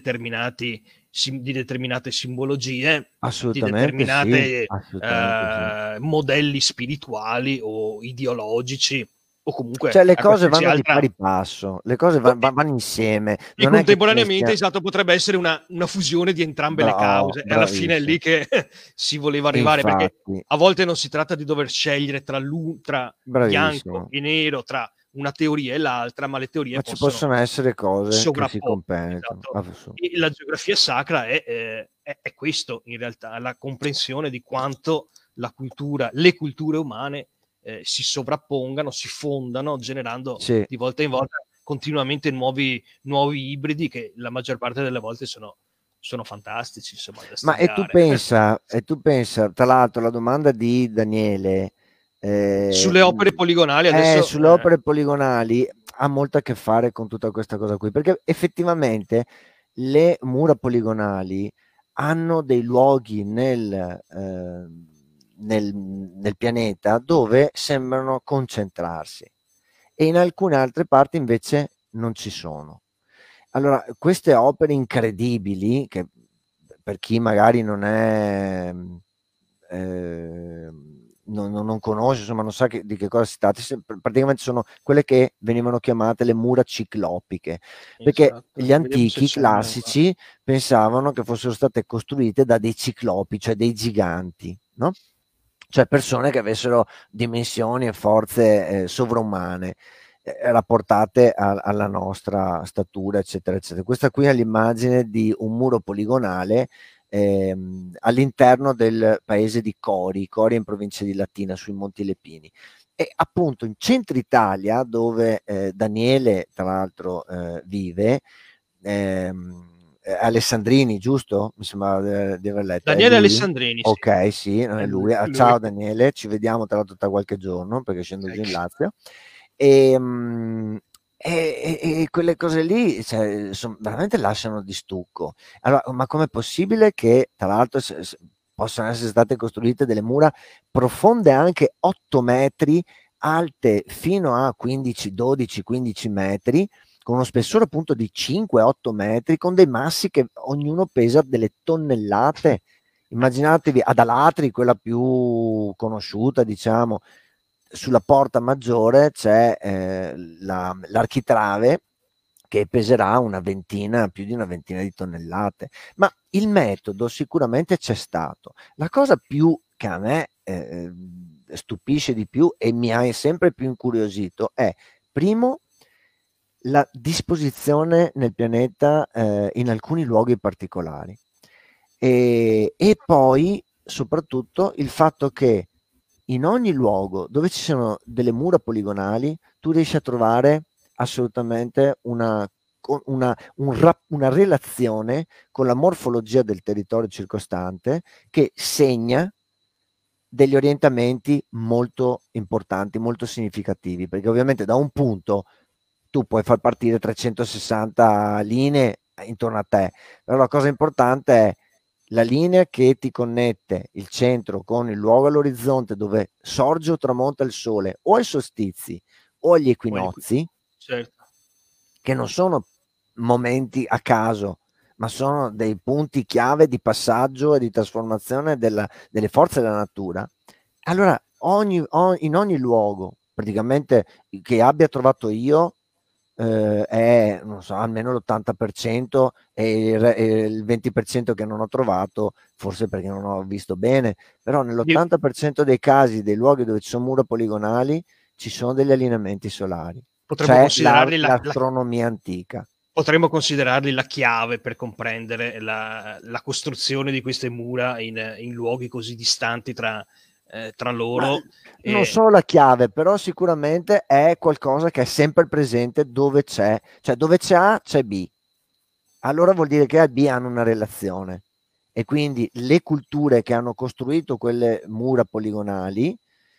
di determinate simbologie, di determinate Assolutamente sì. modelli spirituali o ideologici o comunque Cioè le a cose qualsiasi vanno di altra. pari passo, le cose vanno insieme, E non è che ce ne contemporaneamente, sia. esatto, potrebbe essere una fusione di entrambe le cause, e alla fine è lì Bravissimo. che si voleva arrivare, perché Infatti, a volte non si tratta di dover scegliere tra bianco bravissimo. e nero, tra una teoria e l'altra, ma le teorie Ma ci possono possono essere cose che si sovrapporsi. completano. Esatto. E la geografia sacra è questo, in realtà, la comprensione di quanto le culture umane si sovrappongano, si fondano, generando Sì. di volta in volta continuamente nuovi ibridi che la maggior parte delle volte sono fantastici, insomma, da Ma studiare. e tu pensa, tra l'altro, la domanda di Daniele Sulle opere poligonali adesso, sulle opere poligonali ha molto a che fare con tutta questa cosa qui, perché effettivamente le mura poligonali hanno dei luoghi nel pianeta dove sembrano concentrarsi e in alcune altre parti invece non ci sono. Allora, queste opere incredibili, che per chi magari non è, non conosce, insomma, non sa di che cosa si tratta, praticamente sono quelle che venivano chiamate le mura ciclopiche, perché esatto, gli vediamo se antichi c'è una qua. classici pensavano che fossero state costruite da dei ciclopi, cioè dei giganti, no? Cioè persone che avessero dimensioni e forze sovrumane rapportate alla nostra statura, eccetera, eccetera. Questa qui è l'immagine di un muro poligonale all'interno del paese di Cori, Cori in provincia di Latina, sui Monti Lepini. E appunto in centro Italia, dove Daniele tra l'altro vive, Alessandrini, giusto? Mi sembra di aver letto, è Daniele lui? Alessandrini, sì. Ok, sì, non È è lui, lui. è Ciao lui. Daniele, ci vediamo tra l'altro tra qualche giorno perché scendo giù in Ecco. Lazio. E, e quelle cose lì, cioè, veramente lasciano di stucco. Allora, ma com'è possibile che, tra l'altro, possano essere state costruite delle mura profonde anche 8 metri, alte fino a 15, 12, 15 metri, con uno spessore appunto di 5-8 metri, con dei massi che ognuno pesa delle tonnellate. Immaginatevi ad Alatri, quella più conosciuta, diciamo, sulla porta maggiore c'è l'architrave che peserà una ventina, più di una ventina di tonnellate. Ma il metodo sicuramente c'è stato. La cosa più che a me stupisce di più e mi ha sempre più incuriosito è, primo, la disposizione nel pianeta in alcuni luoghi particolari e poi soprattutto il fatto che in ogni luogo dove ci sono delle mura poligonali tu riesci a trovare assolutamente una relazione con la morfologia del territorio circostante che segna degli orientamenti molto importanti, molto significativi, perché ovviamente da un punto tu puoi far partire 360 linee intorno a te, però la cosa importante è la linea che ti connette il centro con il luogo all'orizzonte dove sorge o tramonta il sole, o ai solstizi o agli equinozi, Certo. che non sono momenti a caso, ma sono dei punti chiave di passaggio e di trasformazione delle forze della natura. Allora, in ogni luogo, praticamente, che abbia trovato io, è, non so, almeno l'80% e il 20% che non ho trovato, forse perché non ho visto bene, però nell'80% dei casi, dei luoghi dove ci sono mura poligonali, ci sono degli allineamenti solari. Potremmo C'è considerarli l'astronomia antica. potremmo considerarli la chiave per comprendere la costruzione di queste mura in luoghi così distanti tra Ma loro. non solo la chiave, però sicuramente è qualcosa che è sempre presente dove c'è, cioè dove c'è A c'è B. Allora vuol dire che A e B hanno una relazione e quindi le culture che hanno costruito quelle mura poligonali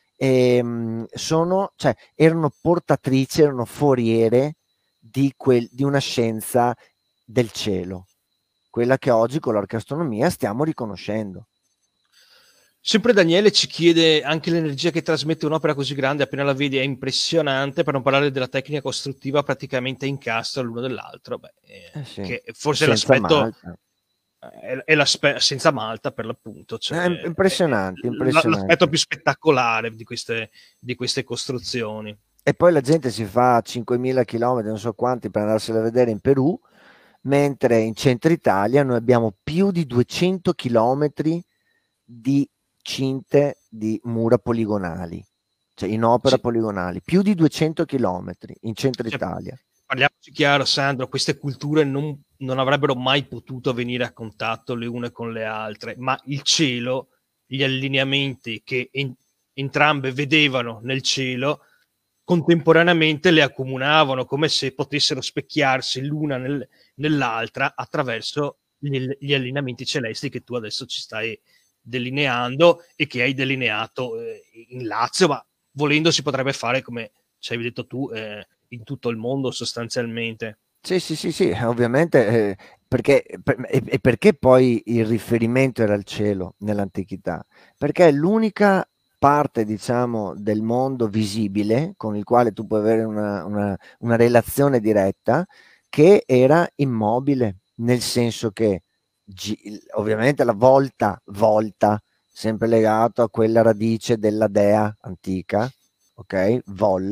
cioè, erano portatrici, erano foriere di una scienza del cielo, quella che oggi con l'arcastronomia stiamo riconoscendo. Sempre Daniele ci chiede anche l'energia che trasmette un'opera così grande, appena la vedi è impressionante, per non parlare della tecnica costruttiva praticamente incastra l'uno dell'altro. Beh, Sì, che forse senza l'aspetto Malta. senza Malta per l'appunto, cioè, Impressionante, l'aspetto impressionante. più spettacolare di queste costruzioni. E poi la gente si fa 5.000 chilometri, non so quanti, per andarsela a vedere in Perù, mentre in centro Italia noi abbiamo più di 200 chilometri di cinte di mura poligonali, cioè in opera Sì, poligonali, più di 200 chilometri in centro cioè, Italia. parliamoci chiaro, Sandro, queste culture non avrebbero mai potuto venire a contatto le une con le altre, ma il cielo, gli allineamenti che entrambe vedevano nel cielo, contemporaneamente le accomunavano, come se potessero specchiarsi l'una nell'altra attraverso gli allineamenti celesti che tu adesso ci stai delineando e che hai delineato in Lazio, ma volendo si potrebbe fare, come ci hai detto tu, in tutto il mondo sostanzialmente. Sì, sì, sì, sì, ovviamente, e perché poi il riferimento era il cielo nell'antichità? Perché è l'unica parte, diciamo, del mondo visibile con il quale tu puoi avere una relazione diretta che era immobile, nel senso che ovviamente la volta, sempre legato a quella radice della dea antica, ok?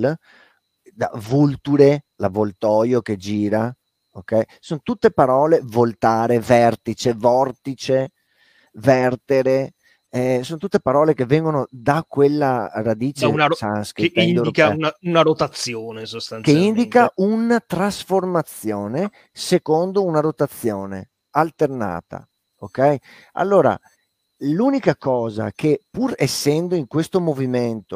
Vulture, l'avvoltoio che gira, ok? Sono tutte parole, voltare, vertice, vortice, vertere, sono tutte parole che vengono da quella Da radice che sanscrita indica indoeuropea, una rotazione che indica sostanzialmente. una trasformazione secondo una rotazione alternata, ok? Allora, l'unica cosa che, pur essendo in questo movimento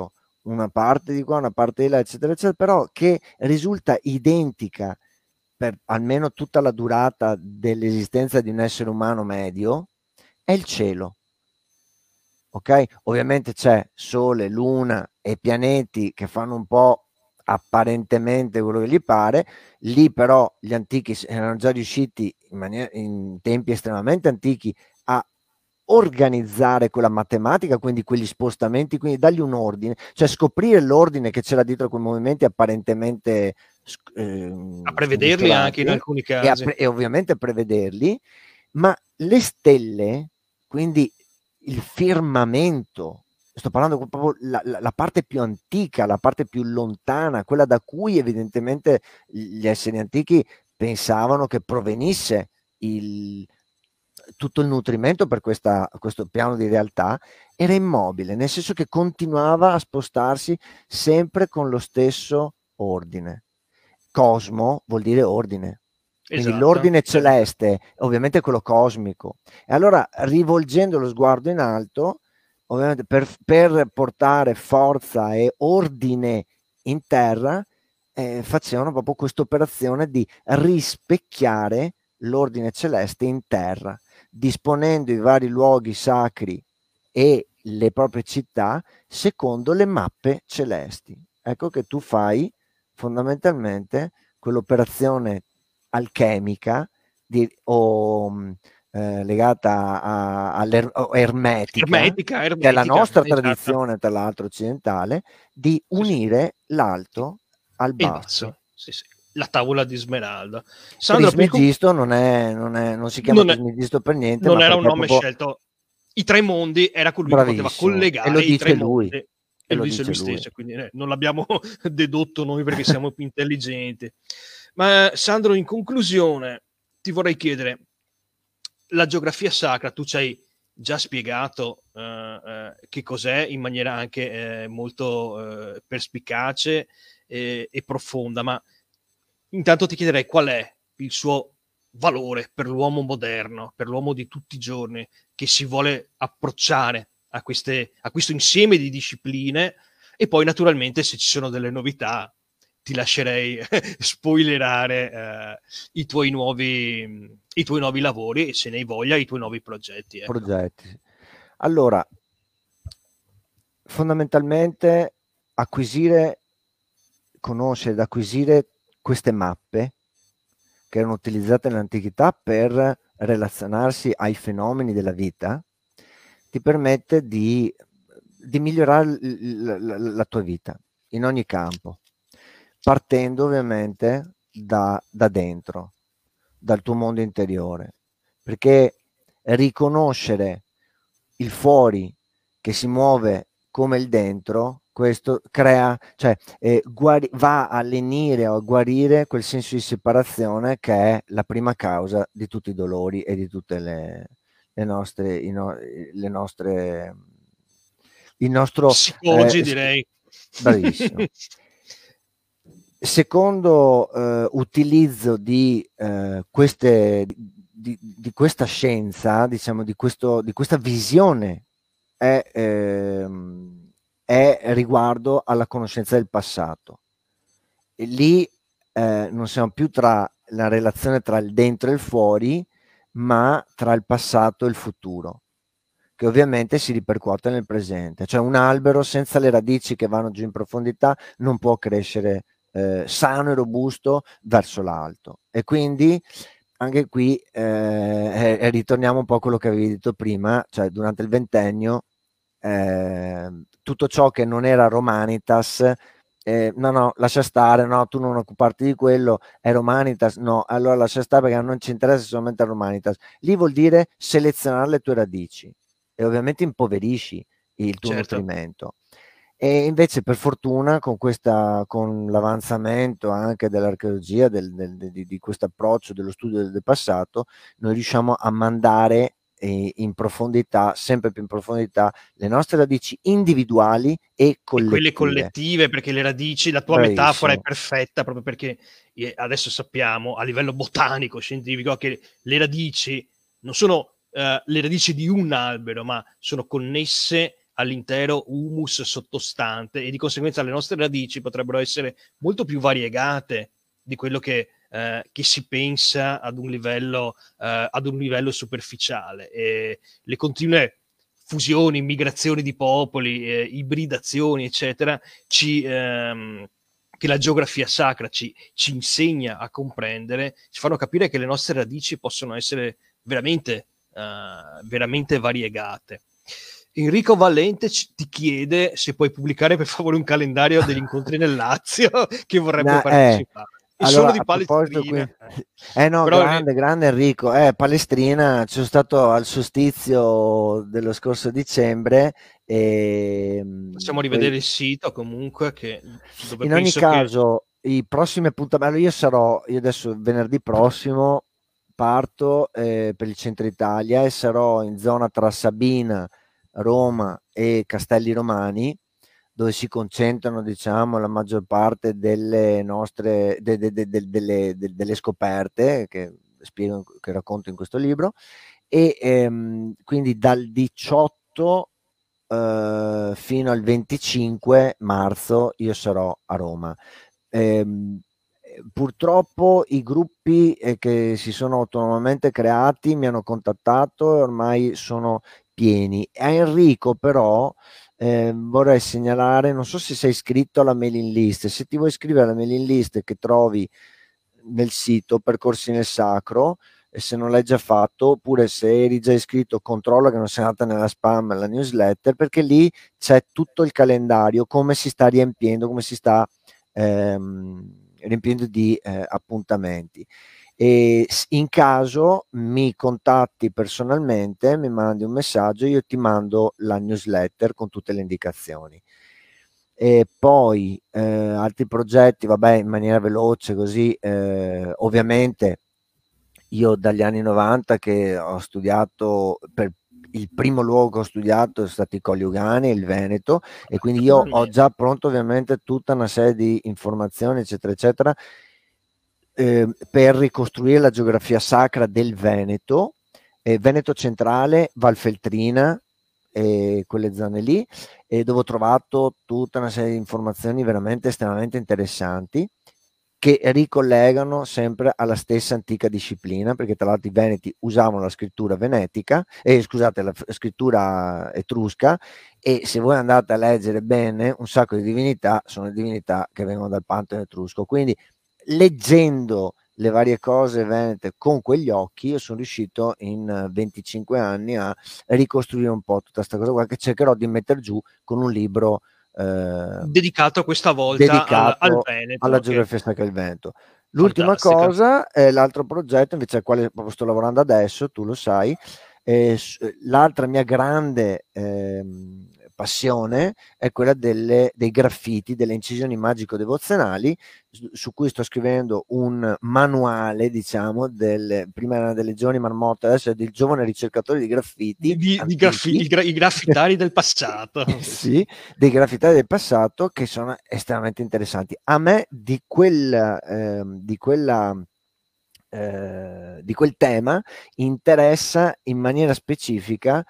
una parte di qua, una parte di là, eccetera, eccetera, però che risulta identica per almeno tutta la durata dell'esistenza di un essere umano medio, è il cielo. Ok? Ovviamente c'è Sole, Luna e pianeti che fanno un po' apparentemente quello che gli pare, lì però gli antichi erano già riusciti in tempi estremamente antichi a organizzare quella matematica, quindi quegli spostamenti, quindi dargli un ordine, cioè scoprire l'ordine che c'era dietro quei movimenti apparentemente A prevederli anche in smisurati alcuni casi. e ovviamente prevederli, ma le stelle, quindi il firmamento, sto parlando proprio la parte più antica, la parte più lontana, quella da cui evidentemente gli esseri antichi pensavano che provenisse tutto il nutrimento per questo piano di realtà, era immobile, nel senso che continuava a spostarsi sempre con lo stesso ordine. Cosmo vuol dire ordine, quindi Esatto, l'ordine certo. celeste, ovviamente quello cosmico. E allora, rivolgendo lo sguardo in alto, ovviamente per portare forza e ordine in terra, facevano proprio questa operazione di rispecchiare l'ordine celeste in terra, disponendo i vari luoghi sacri e le proprie città secondo le mappe celesti. Ecco che tu fai fondamentalmente quell'operazione alchemica legata all'ermetica, Ermetica, che è la ermetica, nostra esatto. tradizione, tra l'altro occidentale, di Sì, sì. unire l'alto al E il basso. basso, sì, sì. La tavola di Smeralda. Sandro, Trismegisto non si chiama non è- Trismegisto per niente, non ma era un perché è nome proprio scelto. I tre mondi era colui che poteva bravissimo. E lo collegare i tre dice lui, mondi e e lo lo dice dice lui lui. stesso, quindi non l'abbiamo dedotto noi perché siamo più intelligenti. Ma Sandro, in conclusione, ti vorrei chiedere, la geografia sacra, tu ci hai già spiegato che cos'è in maniera anche molto perspicace e profonda, ma intanto ti chiederei qual è il suo valore per l'uomo moderno, per l'uomo di tutti i giorni, che si vuole approcciare a questo insieme di discipline e poi naturalmente se ci sono delle novità ti lascerei spoilerare i tuoi nuovi lavori e se ne hai voglia i tuoi nuovi progetti. Ecco. Progetti. Allora, fondamentalmente acquisire, conoscere ed acquisire queste mappe che erano utilizzate nell'antichità per relazionarsi ai fenomeni della vita, ti permette di migliorare la tua vita in ogni campo, partendo ovviamente da dentro, dal tuo mondo interiore, perché riconoscere il fuori che si muove come il dentro, questo crea, cioè va a lenire o a guarire quel senso di separazione che è la prima causa di tutti i dolori e di tutte le nostre, le nostre, il nostro, Psicogi direi. bravissimo. Secondo utilizzo di questa scienza, diciamo di questa visione, è riguardo alla conoscenza del passato. E lì non siamo più tra la relazione tra il dentro e il fuori, ma tra il passato e il futuro, che ovviamente si ripercuote nel presente. Cioè un albero senza le radici che vanno giù in profondità non può crescere sano e robusto verso l'alto. E quindi anche qui ritorniamo un po' a quello che avevi detto prima, cioè durante il ventennio tutto ciò che non era Romanitas, no, lascia stare, no, tu non occuparti di quello, è Romanitas, no, allora lascia stare perché non ci interessa solamente il Romanitas. Lì vuol dire selezionare le tue radici e ovviamente impoverisci il tuo Certo. nutrimento. E invece per fortuna con l'avanzamento anche dell'archeologia, di questo approccio dello studio del passato, noi riusciamo a mandare in profondità, sempre più in profondità, le nostre radici individuali e E quelle collettive. collettive, perché le radici, la tua metafora è Bravissimo. perfetta, proprio perché adesso sappiamo a livello botanico, scientifico, che le radici non sono le radici di un albero, ma sono connesse all'intero humus sottostante, e di conseguenza le nostre radici potrebbero essere molto più variegate di quello che si pensa ad un livello superficiale. E le continue fusioni, migrazioni di popoli, ibridazioni, eccetera, che la geografia sacra ci insegna a comprendere, ci fanno capire che le nostre radici possono essere veramente, veramente variegate. Enrico Vallente ti chiede se puoi pubblicare per favore un calendario degli incontri nel Lazio, che vorrebbe partecipare. E solo allora, di a proposito Palestrina. qui, no, Però grande Enrico, Palestrina, ci sono stato al solstizio dello scorso dicembre e possiamo poi rivedere il sito comunque, dove in ogni penso che... caso i prossimi appuntamenti, io adesso venerdì prossimo parto per il centro Italia e sarò in zona tra Sabina, Roma e Castelli Romani, dove si concentrano, diciamo, la maggior parte delle nostre delle scoperte che spiego, che racconto in questo libro. E quindi dal 18 fino al 25 marzo io sarò a Roma. Purtroppo i gruppi che si sono autonomamente creati mi hanno contattato e ormai sono pieni. A Enrico però vorrei segnalare, non so se sei iscritto alla mailing list, se ti vuoi iscrivere alla mailing list che trovi nel sito Percorsi nel Sacro, e se non l'hai già fatto, oppure se eri già iscritto, controlla che non sia andata nella spam la newsletter, perché lì c'è tutto il calendario, come si sta riempiendo, come si sta riempiendo di appuntamenti. E in caso mi contatti personalmente, mi mandi un messaggio, io ti mando la newsletter con tutte le indicazioni. E poi altri progetti, vabbè, in maniera veloce così, ovviamente io dagli anni 90 che ho studiato, per il primo luogo che ho studiato è stato i Colli Euganei, il Veneto, e quindi io ho già pronto ovviamente tutta una serie di informazioni, eccetera, eccetera, per ricostruire la geografia sacra del Veneto, Veneto centrale, Valfeltrina, e quelle zone lì, dove ho trovato tutta una serie di informazioni veramente estremamente interessanti, che ricollegano sempre alla stessa antica disciplina, perché tra l'altro i veneti usavano la scrittura venetica, scusate, la scrittura etrusca, e se voi andate a leggere bene, un sacco di divinità sono divinità che vengono dal Pantheon etrusco. Quindi leggendo le varie cose venete con quegli occhi, io sono riuscito in 25 anni a ricostruire un po' tutta questa cosa qua, che cercherò di mettere giù con un libro dedicato questa volta al dedicato alla Veneto, geografia sacra del Veneto. L'ultima fantastica. cosa è l'altro progetto invece al quale proprio sto lavorando adesso, tu lo sai, l'altra mia grande passione è quella dei graffiti, delle incisioni magico-devozionali, su cui sto scrivendo un manuale, diciamo, prima erano delle giovani marmotte, adesso è del giovane ricercatore di graffiti I graffitari del passato. sì, dei graffitari del passato che sono estremamente interessanti. A me di quel tema interessa in maniera specifica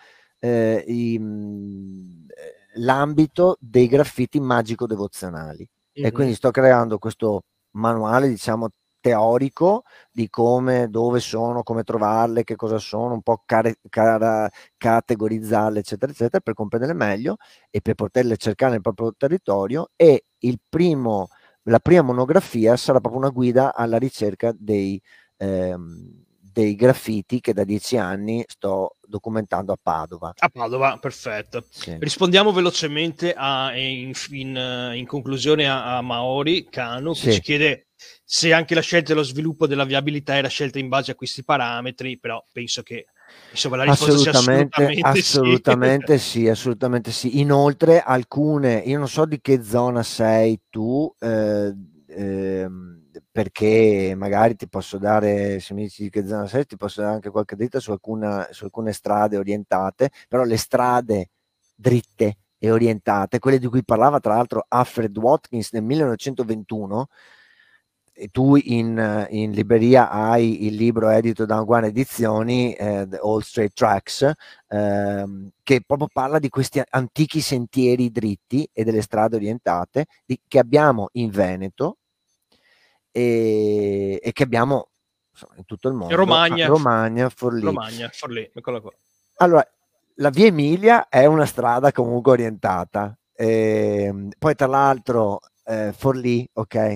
l'ambito dei graffiti magico-devozionali. E quindi sto creando questo manuale, diciamo, teorico di come, dove sono, come trovarle, che cosa sono, un po' categorizzarle, eccetera, eccetera, per comprendere meglio e per poterle cercare nel proprio territorio. E la prima monografia sarà proprio una guida alla ricerca dei graffiti che da 10 anni sto documentando a Padova. A Padova, perfetto. Sì. Rispondiamo velocemente in conclusione a Maori Kanu, che ci chiede se anche la scelta e lo sviluppo della viabilità era scelta in base a questi parametri, però penso che insomma la risposta sia assolutamente sì. Assolutamente sì. Inoltre alcune, io non so di che zona sei tu, perché magari ti posso dare, se mi dici di che zona sei, ti posso dare anche qualche dritta su alcune strade orientate, però le strade dritte e orientate, quelle di cui parlava tra l'altro Alfred Watkins nel 1921, tu in libreria hai il libro edito da One Edizioni, The All Straight Tracks, che proprio parla di questi antichi sentieri dritti e delle strade orientate che abbiamo in Veneto e che abbiamo insomma, in tutto il mondo, Romagna, Forlì. Eccola qua. Allora, la via Emilia è una strada comunque orientata, poi tra l'altro Forlì, ok,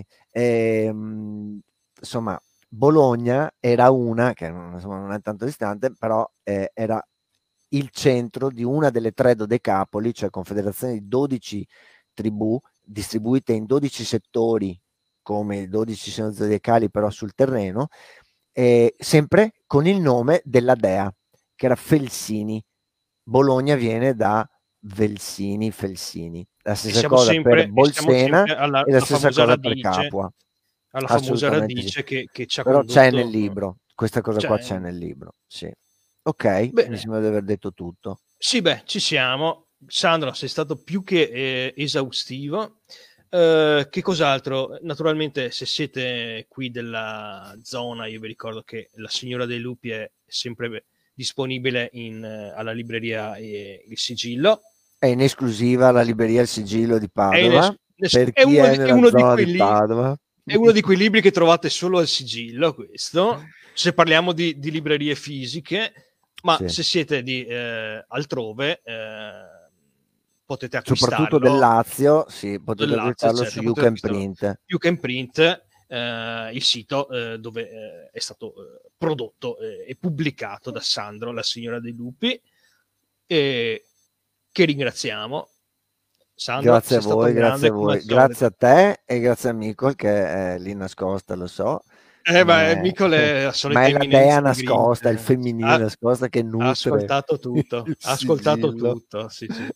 insomma Bologna era una, che insomma, non è tanto distante, però era il centro di una delle 3 dodecapoli, cioè confederazione di 12 tribù distribuite in 12 settori come i 12 segni zodiacali però sul terreno, sempre con il nome della dea che era Felsini. Bologna viene da Velsini, Felsini. La stessa cosa per Bolsena e la stessa cosa per Capua. Alla famosa radice sì. che ci ha Però condotto... c'è nel libro, questa cosa qua c'è nel libro, sì. Ok, bene. Mi sembra di aver detto tutto. Sì, beh, ci siamo. Sandro, sei stato più che esaustivo. Che cos'altro? Naturalmente, se siete qui della zona, io vi ricordo che la Signora dei Lupi è sempre disponibile alla libreria Il Sigillo. È in esclusiva la libreria Il Sigillo di Padova. È uno di quei libri che trovate solo al Sigillo, questo. Se parliamo di librerie fisiche, ma se siete altrove, potete acquistarlo. Soprattutto del Lazio, sì, potete acquistarlo su You Can Print. You Can Print, il sito dove è stato prodotto e pubblicato da Sandro, la Signora dei Lupi, e che ringraziamo. Sandro, grazie a voi, grazie a voi, grazie a te e grazie a Micol che è lì nascosta, lo so. Micol è la solita ma è la dea nascosta, il femminile nascosta che nutre. Ha ascoltato tutto, ha ascoltato tutto, sì, sì.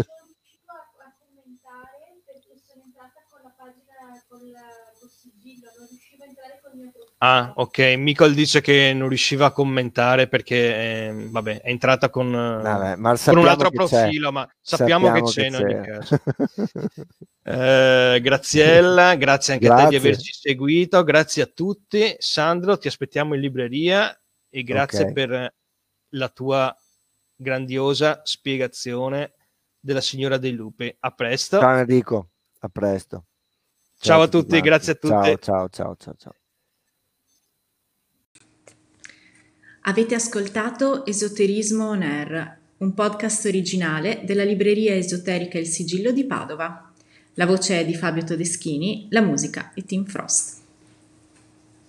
Ah, ok. Micol dice che non riusciva a commentare perché vabbè, è entrata con un altro profilo, ma sappiamo che c'è in ogni caso. Graziella, grazie anche a te di averci seguito, grazie a tutti. Sandro, ti aspettiamo in libreria e grazie per la tua grandiosa spiegazione della Signora dei Lupi. A presto. Ciao Enrico, a presto. Ciao a tutti, grazie a tutti. Ciao. Avete ascoltato Esoterismo On Air, un podcast originale della libreria esoterica Il Sigillo di Padova. La voce è di Fabio Todeschini, la musica è Tim Frost.